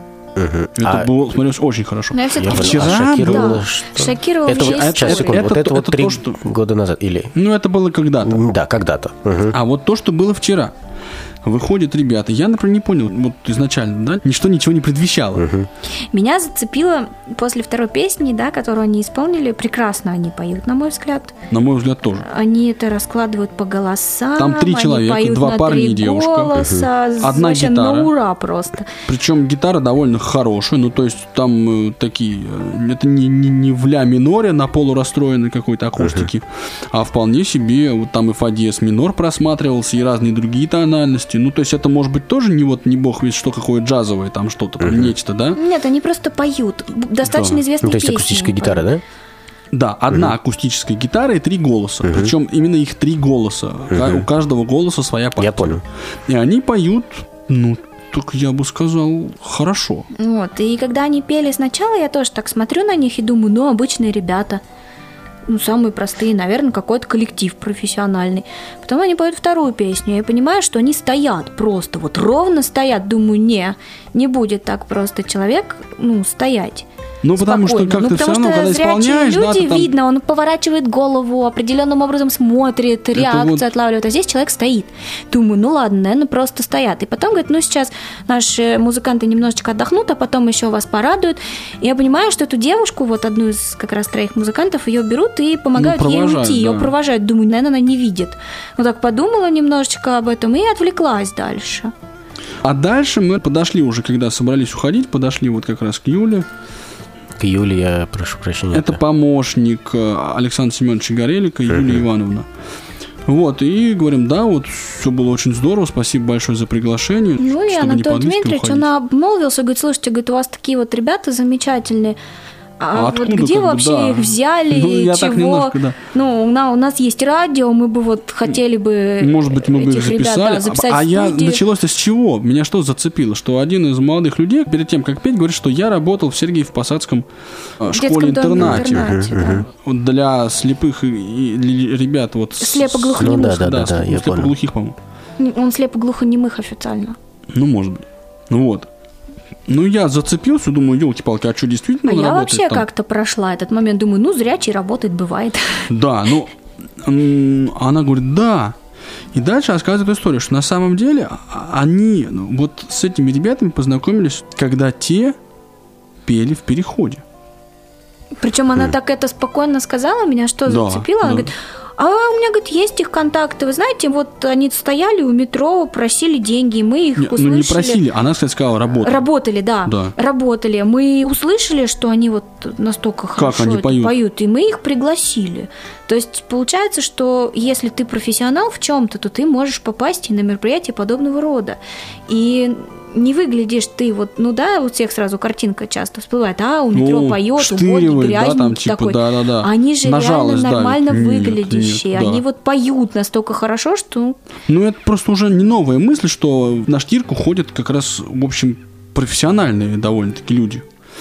Это было, смотрелось очень хорошо. Но я все-таки вчера шокировало, было... шокировало Это всей вот, сейчас, историей. секунду, вот это 3 то, что... года назад или... Ну, это было когда-то. Да, когда-то. А вот то, что было вчера. Выходят ребята. Я, например, не понял, вот изначально, да, ничего не предвещало. Меня зацепило после второй песни, да, которую они исполнили. Прекрасно они поют, на мой взгляд. На мой взгляд, тоже. Они это раскладывают по голосам. Там 3 человека, поют 2 на парня 3 и девушка. голоса. Одна вообще гитара. на ура просто. Причем гитара довольно хорошая, ну то есть там такие, это не в ля миноре на полурастроенной какой-то акустике, а вполне себе, вот там и фа диез минор просматривался, и разные другие тональности. Ну то есть это может быть тоже не бог весть что, какое джазовое, там что-то, там нечто, да? Нет, они просто поют. Достаточно известные То есть песни. акустическая гитара, да? Да, одна акустическая гитара и 3 голоса. Причем именно их 3 голоса. У каждого голоса своя партия. Я понял. И они поют, ну, так я бы сказал, хорошо. Вот, и когда они пели сначала, я тоже так смотрю на них и думаю, ну, обычные ребята. Ну, самые простые, наверное, какой-то коллектив профессиональный. Потом они поют вторую песню, я понимаю, что они стоят просто, вот ровно стоят. Думаю, не будет так просто человек, стоять. Ну, потому что как-то все равно, когда исполняешь, люди, да, ты там... видно, он поворачивает голову, определенным образом смотрит, реакцию отлавливает, а здесь человек стоит. Думаю, ну ладно, наверное, просто стоят. И потом говорит, ну сейчас наши музыканты немножечко отдохнут, а потом еще вас порадуют. И я понимаю, что эту девушку, вот одну из как раз 3 музыкантов, ее берут и помогают ей уйти, да. ее провожают. Думаю, наверное, она не видит. Ну так подумала немножечко об этом и отвлеклась дальше. А дальше мы подошли уже, когда собрались уходить, подошли вот как раз к Юле. К Юле, я прошу прощения. Это помощник Александра Семеновича Горелика, Юлия Ивановна. Вот, и говорим, да, вот все было очень здорово, спасибо большое за приглашение. Ну и Анатолий Дмитриевич, он обмолвился, говорит, слушайте, говорит, у вас такие вот ребята замечательные. А вот откуда, где вообще их взяли, я чего? Так немножко, да. Ну, у нас есть радио, мы бы вот хотели бы. Может быть, мы бы их записали. Записать а в я студии. началось-то с чего? Меня что зацепило? Что один из молодых людей, перед тем, как петь, говорит, что я работал в Сергиево-Посадском школе-интернате. Да. Вот для слепых ребят. Вот слепоглухонемых. Да, я слепоглухих, по-моему. Он слепоглухонемых официально. Ну, может быть. Ну вот. Ну, я зацепился, думаю, елки-палки, а что, действительно он я работает вообще там? как-то прошла этот момент, думаю, ну, зрячий работает, бывает. Да, ну, она говорит, да. И дальше рассказывает историю, что на самом деле они вот с этими ребятами познакомились, когда те пели в переходе. Причем она так это спокойно сказала, меня что зацепило, она говорит... А у меня, говорит, есть их контакты. Вы знаете, вот они стояли у метро, просили деньги, и мы их услышали. Ну, не просили, она, кстати, сказала, работали. Работали, да. Работали. Мы услышали, что они вот настолько хорошо они поют, и мы их пригласили. То есть получается, что если ты профессионал в чем-то, то ты можешь попасть и на мероприятия подобного рода. И не выглядишь ты вот, ну да, у всех сразу картинка часто всплывает, у метро поет, убогий, грязненький, да, там, типа, такой. Да. Они же на реально жалость, нормально нет, выглядящие, да. они вот поют настолько хорошо, что... Ну, это просто уже не новая мысль, что на штирку ходят как раз, в общем, профессиональные довольно-таки люди.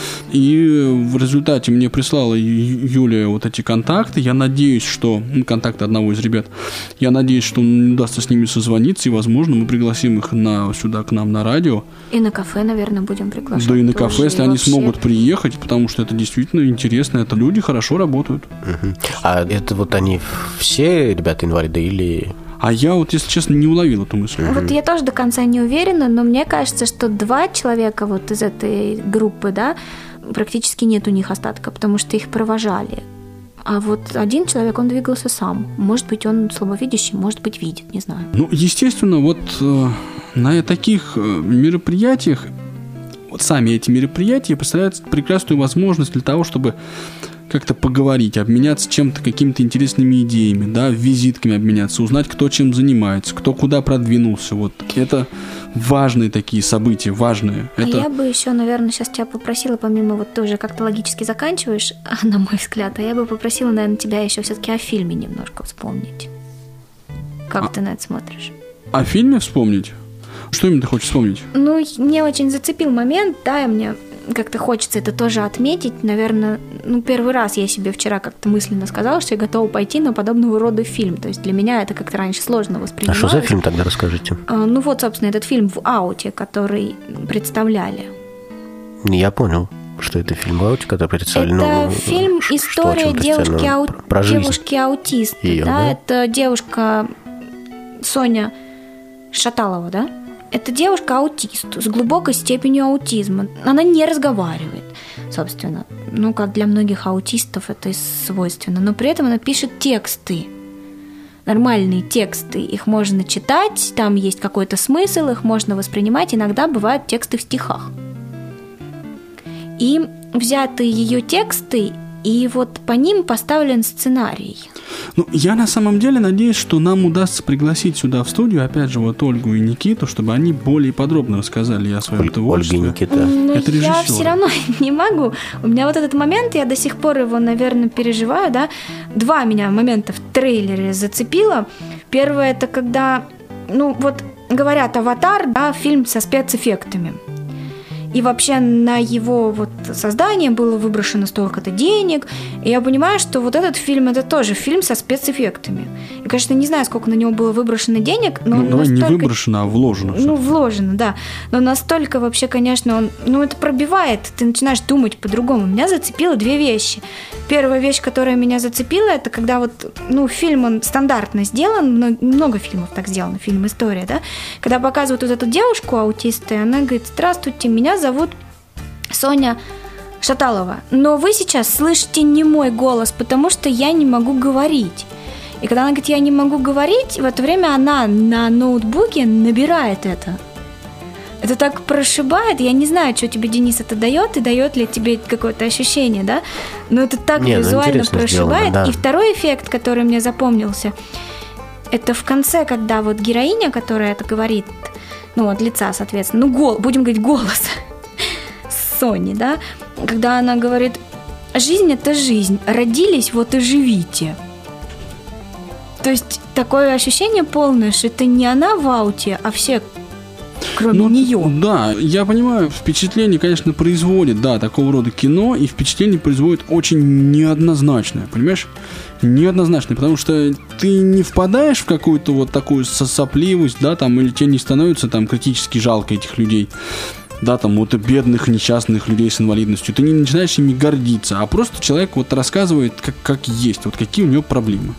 И в результате мне прислала Юлия вот эти контакты. Я надеюсь, что... контакты одного из ребят. Я надеюсь, что удастся с ними созвониться, и, возможно, мы пригласим их сюда, к нам на радио. И на кафе, наверное, будем приглашать. Да и на тоже, кафе, если они смогут приехать, потому что это действительно интересно. Это люди хорошо работают. А это вот они все ребята-инвалиды или... А я вот, если честно, не уловил эту мысль. Вот я тоже до конца не уверена, но мне кажется, что 2 человека вот из этой группы, да, практически нет у них остатка, потому что их провожали. А вот 1 человек, он двигался сам. Может быть, он слабовидящий, может быть, видит, не знаю. Ну, естественно, вот на таких мероприятиях, вот сами эти мероприятия представляют прекрасную возможность для того, чтобы как-то поговорить, обменяться чем-то, какими-то интересными идеями, да, визитками обменяться, узнать, кто чем занимается, кто куда продвинулся. Вот это важные такие события, важные. Я бы еще, наверное, сейчас тебя попросила, помимо вот ты уже как-то логически заканчиваешь, на мой взгляд, я бы попросила, наверное, тебя еще все-таки о фильме немножко вспомнить. Как ты на это смотришь? О фильме вспомнить? Что именно ты хочешь вспомнить? Ну, мне очень зацепил момент, да, мне как-то хочется это тоже отметить. Наверное, первый раз я себе вчера как-то мысленно сказала, что я готова пойти на подобного рода фильм. То есть для меня это как-то раньше сложно воспринималось. А что за фильм тогда, расскажите? Собственно, этот фильм в ауте, который представляли. Я понял, что это фильм в ауте, который представляли. Это фильм «История девушки-аутистки». Её, да? Это девушка Соня Шаталова, да? Это девушка-аутист с глубокой степенью аутизма. Она не разговаривает, собственно. Как для многих аутистов это и свойственно. Но при этом она пишет тексты. Нормальные тексты. Их можно читать, там есть какой-то смысл, их можно воспринимать. Иногда бывают тексты в стихах. И взяты ее тексты, и вот по ним поставлен сценарий. Я на самом деле надеюсь, что нам удастся пригласить сюда в студию, опять же, вот Ольгу и Никиту, чтобы они более подробно рассказали о своем творчестве. Ольга и Никита. Это режиссер. Я все равно не могу. У меня вот этот момент, я до сих пор его, наверное, переживаю, да. 2 меня момента в трейлере зацепило. Первое, это когда, говорят, «Аватар», да, фильм со спецэффектами. И вообще на его создание было выброшено столько-то денег. И я понимаю, что вот этот фильм – это тоже фильм со спецэффектами. И, конечно, не знаю, сколько на него было выброшено денег, но настолько... Не выброшено, а вложено. Вложено, да. Но настолько вообще, конечно, он... это пробивает. Ты начинаешь думать по-другому. Меня зацепило 2 вещи. Первая вещь, которая меня зацепила, это когда фильм, он стандартно сделан. Много фильмов так сделано. Фильм «История», да. Когда показывают эту девушку аутиста, и она говорит: «Здравствуйте, меня зовут Соня Шаталова, но вы сейчас слышите не мой голос, потому что я не могу говорить». И когда она говорит: «Я не могу говорить», в это время она на ноутбуке набирает это. Это так прошибает. Я не знаю, что тебе, Денис, это дает, и дает ли тебе какое-то ощущение, да? Но это так визуально прошибает. Сделано, да. И второй эффект, который мне запомнился, это в конце, когда героиня, которая это говорит, от лица, соответственно, будем говорить, голос Сони, да, когда она говорит: «Жизнь – это жизнь, родились, вот и живите». То есть такое ощущение полное, что это не она в ауте, а все, кроме нее. Да, я понимаю, впечатление, конечно, производит, такого рода кино, и впечатление производит очень неоднозначное, понимаешь? Неоднозначное, потому что ты не впадаешь в какую-то такую сопливость, или тебе не становится критически жалко этих людей, бедных, несчастных людей с инвалидностью. Ты не начинаешь ими гордиться, а просто человек рассказывает, как есть, какие у него проблемы.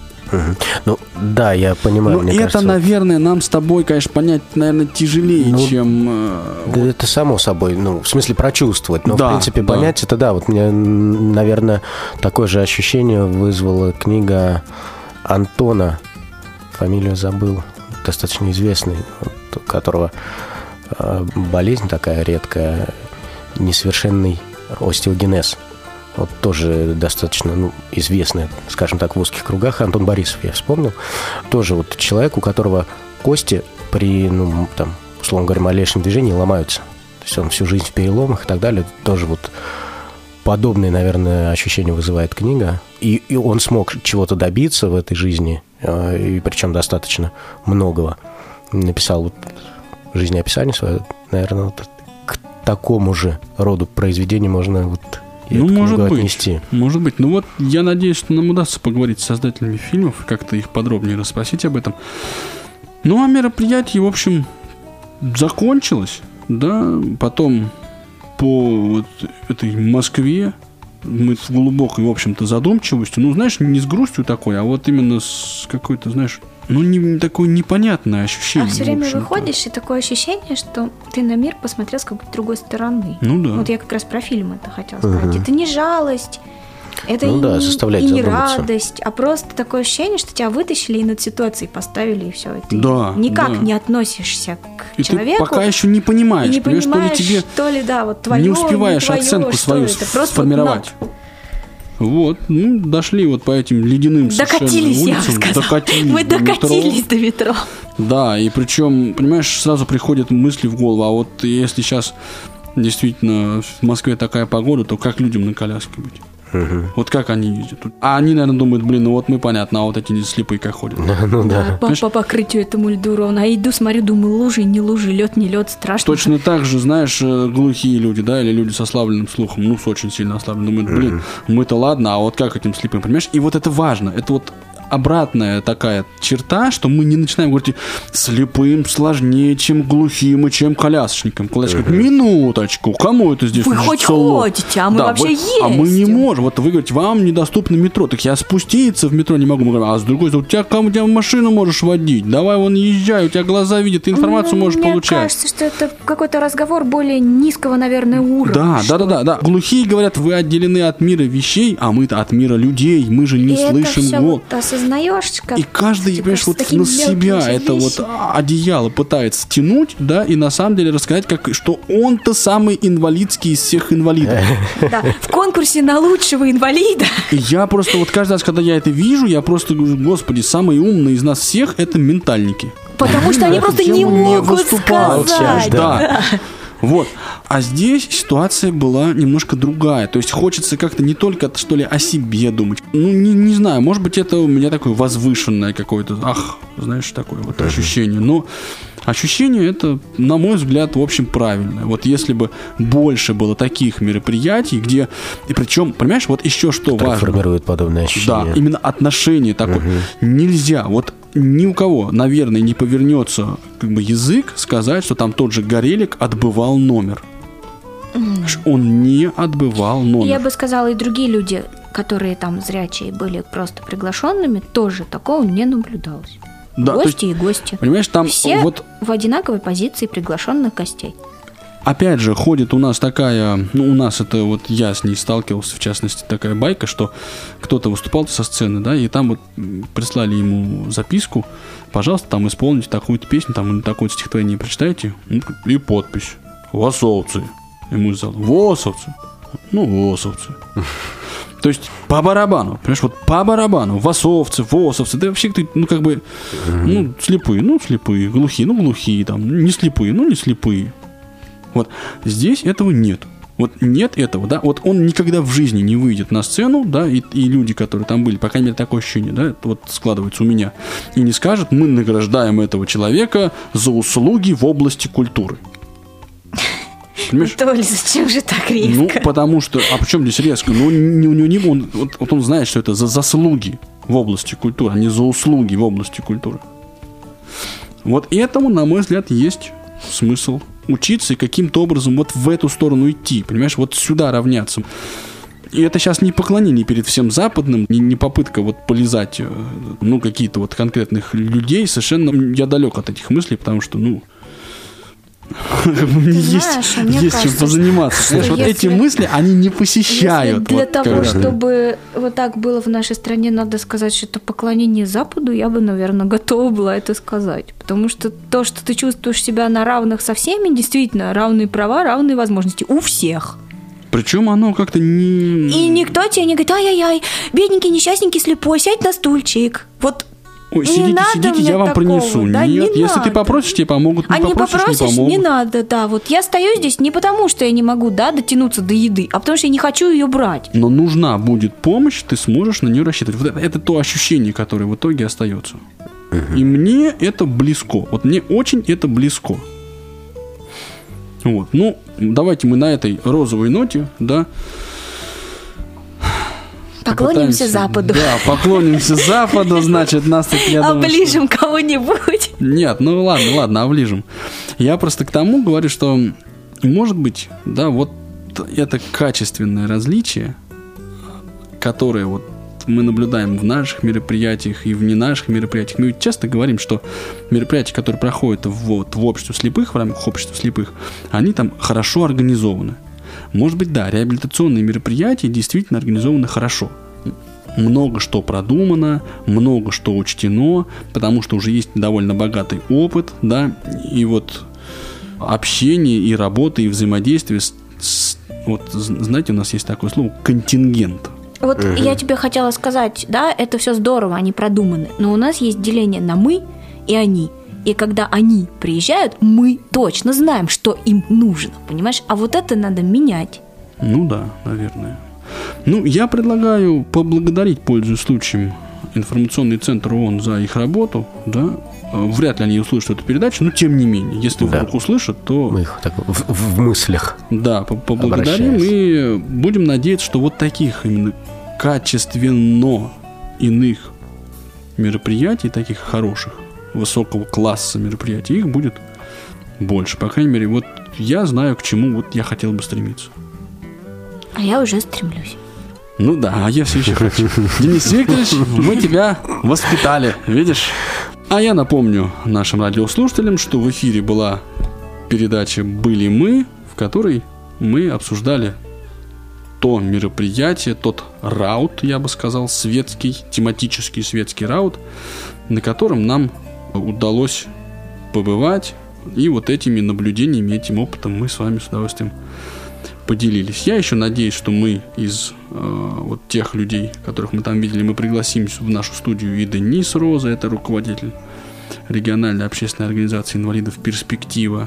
Да, я понимаю. Но это, кажется, наверное, нам с тобой, конечно, понять, наверное, тяжелее, чем... Да, это само собой, в смысле прочувствовать. Но, в принципе, понять это, мне, наверное, такое же ощущение вызвала книга Антона, фамилию забыл, достаточно известный, у которого болезнь такая редкая, несовершенный остеогенез. Тоже достаточно известный, скажем так, в узких кругах. Антон Борисов, я вспомнил. Тоже человек, у которого кости при, условно говоря, малейшем движении ломаются. То есть он всю жизнь в переломах и так далее. Тоже подобное, наверное, ощущение вызывает книга. И он смог чего-то добиться в этой жизни, и причем достаточно многого. Написал жизнеописание свое, наверное, к такому же роду произведений можно может быть. Я надеюсь, что нам удастся поговорить с создателями фильмов, как-то их подробнее расспросить об этом. А мероприятие, в общем, закончилось, да, потом по этой Москве мы с глубокой, в общем-то, задумчивостью, не с грустью такой, а именно с какой-то, не такое непонятное ощущение. А все время выходишь, и такое ощущение, что ты на мир посмотрел с какой-то другой стороны. Да. Я как раз про фильм это хотела сказать. Это не жалость, это заставляет не задуматься. Радость, а просто такое ощущение, что тебя вытащили и над ситуацией поставили, и все. И ты никак не относишься к и человеку. Ты пока еще не понимаешь, твое, не успеваешь твое, оценку свою сформировать. Дошли по этим ледяным докатились, улицам. Мы докатились до метро. Да, и причем, понимаешь, сразу приходят мысли в голову, а если сейчас действительно в Москве такая погода, то как людям на коляске быть? Вот как они ездят. А они, наверное, думают, блин, ну вот мы, понятно, а вот эти слепые как ходят. Ну да. По покрытию этому льду ровно. А иду, смотрю, думаю, лужи, не лужи, лед, не лед, страшно. Точно так же, знаешь, глухие люди, да, или люди с ослабленным слухом, ну, с очень сильно ослабленным, думают, блин, мы-то ладно, а вот как этим слепым, понимаешь? И вот это важно, это вот обратная такая черта, что мы не начинаем говорить слепым сложнее, чем глухим и чем колясочникам. Колясочник говорит, минуточку, кому это здесь? Вы хоть тяжело? ходите, а мы вообще ездим. А мы не можем. Вот вы говорите, вам недоступно метро. Так я спуститься в метро не могу. Мы говорим, а с другой стороны, у тебя машину можешь водить. Давай вон езжай, у тебя глаза видят, ты информацию можешь получать. Мне кажется, что это какой-то разговор более низкого, наверное, уровня. Да. Глухие говорят, вы отделены от мира вещей, а мы-то от мира людей. Мы же не слышим голос. Осознаешь, как... И каждый, понимаешь, вот на себя это вот одеяло пытается тянуть, да, и на самом деле рассказать, что он-то самый инвалидский из всех инвалидов. Да, в конкурсе на лучшего инвалида. И я просто, вот каждый раз, когда я это вижу, я просто говорю, господи, самые умные из нас всех это ментальники. Потому что они просто не могут сказать. Да. Вот. А здесь ситуация была немножко другая. То есть хочется как-то не только, что ли, о себе думать. Ну, не знаю, может быть, это у меня такое возвышенное какое-то, знаешь, такое вот ощущение. Но ощущение это, на мой взгляд, в общем, правильное. Вот если бы больше было таких мероприятий, где... И причем, понимаешь, вот еще что важно. Формирует подобное ощущение. Да, именно отношение такое. Нельзя, вот ни у кого, наверное, не повернется язык сказать, что там тот же Горелик отбывал номер. Он не отбывал номер. Я бы сказала, и другие люди, которые там зрячие были просто приглашенными, тоже такого не наблюдалось. Да, гости и гости. Понимаешь, там все вот... в одинаковой позиции приглашенных гостей. Опять же, ходит у нас такая, у нас это вот я с ней сталкивался, в частности, такая байка, что кто-то выступал со сцены, да, и там вот прислали ему записку, пожалуйста, там исполните такую-то песню, там такое-то стихотворение прочитайте, и подпись «Восовцы». Ему сказал «Восовцы». Восовцы. То есть по барабану, понимаешь, вот по барабану, восовцы, да вообще ты, слепые, глухие, там, не слепые, не слепые. Вот здесь этого нет. Вот нет этого, да, вот он никогда в жизни не выйдет на сцену, да, и люди, которые там были, по крайней мере, такое ощущение, да, это вот складывается у меня, и не скажет, мы награждаем этого человека за услуги в области культуры. Понимаешь? Толя, зачем же так резко? Потому что, а почему здесь резко? Он знает, что это за заслуги в области культуры, а не за услуги в области культуры. Вот этому, на мой взгляд, есть смысл учиться и каким-то образом вот в эту сторону идти, понимаешь, вот сюда равняться. И это сейчас не поклонение перед всем западным, не попытка вот полизать, какие-то вот конкретных людей, совершенно я далек от этих мыслей, потому что, есть чем позаниматься. Знаешь, вот эти мысли, они не посещают. Для того, чтобы вот так было в нашей стране, надо сказать, что это поклонение Западу, я бы, наверное, готова была это сказать. Потому что то, что ты чувствуешь себя на равных со всеми, действительно, равные права, равные возможности у всех. Причем оно как-то не... И никто тебе не говорит, ай-яй-яй, бедненький, несчастненький, слепой, сядь на стульчик. Вот. Ой, сидите, я вам принесу. Да, нет, если ты попросишь, тебе помогут. Не попросишь, не надо, да. Вот я стою здесь не потому, что я не могу, дотянуться до еды, а потому что я не хочу ее брать. Но нужна будет помощь, ты сможешь на нее рассчитывать. Вот это то ощущение, которое в итоге остается. И мне это близко. Вот мне очень это близко. Вот. Давайте мы на этой розовой ноте, да, поклонимся Западу. Да, поклонимся Западу, значит, нас тут, я думаю... Оближем кого-нибудь. Нет, ладно, оближем. Я просто к тому говорю, что, может быть, да, вот это качественное различие, которое вот мы наблюдаем в наших мероприятиях и в не наших мероприятиях. Мы ведь часто говорим, что мероприятия, которые проходят в обществе слепых, в рамках общества слепых, они там хорошо организованы. Может быть, да, реабилитационные мероприятия действительно организованы хорошо. Много что продумано, много что учтено, потому что уже есть довольно богатый опыт, да, и вот общение, и работа, и взаимодействие вот, знаете, у нас есть такое слово «контингент». Вот я тебе хотела сказать, да, это все здорово, они продуманы, но у нас есть деление на «мы» и «они». И когда они приезжают, мы точно знаем, что им нужно, понимаешь? А вот это надо менять. Да, наверное. Ну, я предлагаю поблагодарить, пользуясь случаем, информационный центр ООН за их работу, да. Вряд ли они услышат эту передачу, но тем не менее, если вдруг услышат, то... Мы их так в мыслях поблагодарим и будем надеяться, что вот таких именно качественно иных мероприятий, таких хороших, высокого класса мероприятий, их будет больше. По крайней мере, вот я знаю, к чему вот я хотел бы стремиться. А я уже стремлюсь. Ну да, а я все еще хочу. Денис Викторович, мы тебя воспитали, видишь? А я напомню нашим радиослушателям, что в эфире была передача «Были мы», в которой мы обсуждали то мероприятие, тот раут, я бы сказал, светский, тематический светский раут, на котором нам удалось побывать, и вот этими наблюдениями, этим опытом мы с вами с удовольствием поделились. Я еще надеюсь, что мы из вот тех людей, которых мы там видели, мы пригласим в нашу студию и Денис Роза, это руководитель региональной общественной организации инвалидов «Перспектива»,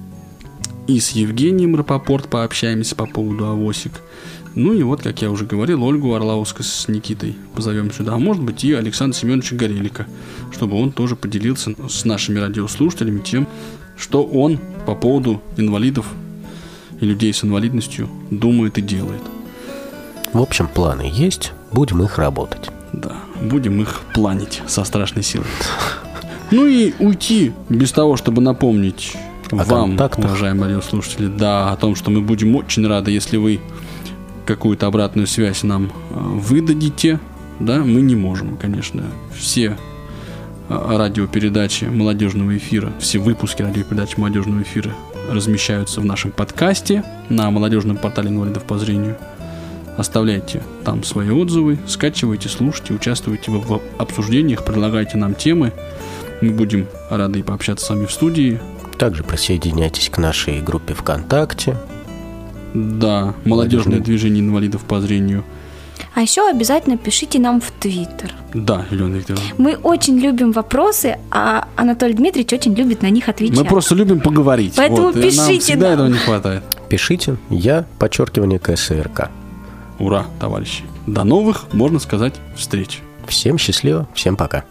и с Евгением Рапопорт пообщаемся по поводу авосик. Ну и вот, как я уже говорил, Ольгу Орлауску с Никитой позовем сюда, а может быть и Александра Семеновича Горелика, чтобы он тоже поделился с нашими радиослушателями тем, что он по поводу инвалидов и людей с инвалидностью думает и делает. В общем, планы есть, будем их работать. Да, будем их планить со страшной силой. Ну и уйти без того, чтобы напомнить вам, уважаемые радиослушатели, да, о том, что мы будем очень рады, если вы какую-то обратную связь нам выдадите. Да, мы не можем, конечно, все радиопередачи молодежного эфира, все выпуски радиопередачи молодежного эфира размещаются в нашем подкасте на молодежном портале инвалидов по зрению. Оставляйте там свои отзывы, скачивайте, слушайте, участвуйте в обсуждениях, предлагайте нам темы. Мы будем рады пообщаться с вами в студии. Также присоединяйтесь к нашей группе ВКонтакте. Да, молодежное движение инвалидов по зрению. А еще обязательно пишите нам в Твиттер. Да, Елена Викторовна. Мы очень любим вопросы, а Анатолий Дмитриевич очень любит на них отвечать. Мы просто любим поговорить. Поэтому вот, пишите нам всегда нам. этого не хватает. Пишите, _КСРК. Ура, товарищи. До новых, можно сказать, встреч. Всем счастливо, всем пока.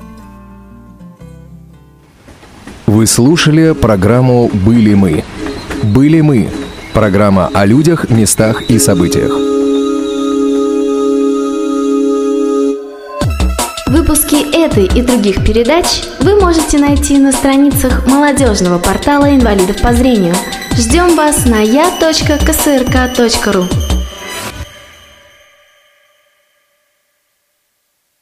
Вы слушали программу «Были мы». «Были мы» – программа о людях, местах и событиях. Выпуски этой и других передач вы можете найти на страницах молодежного портала инвалидов по зрению. Ждем вас на я.ксрк.ру.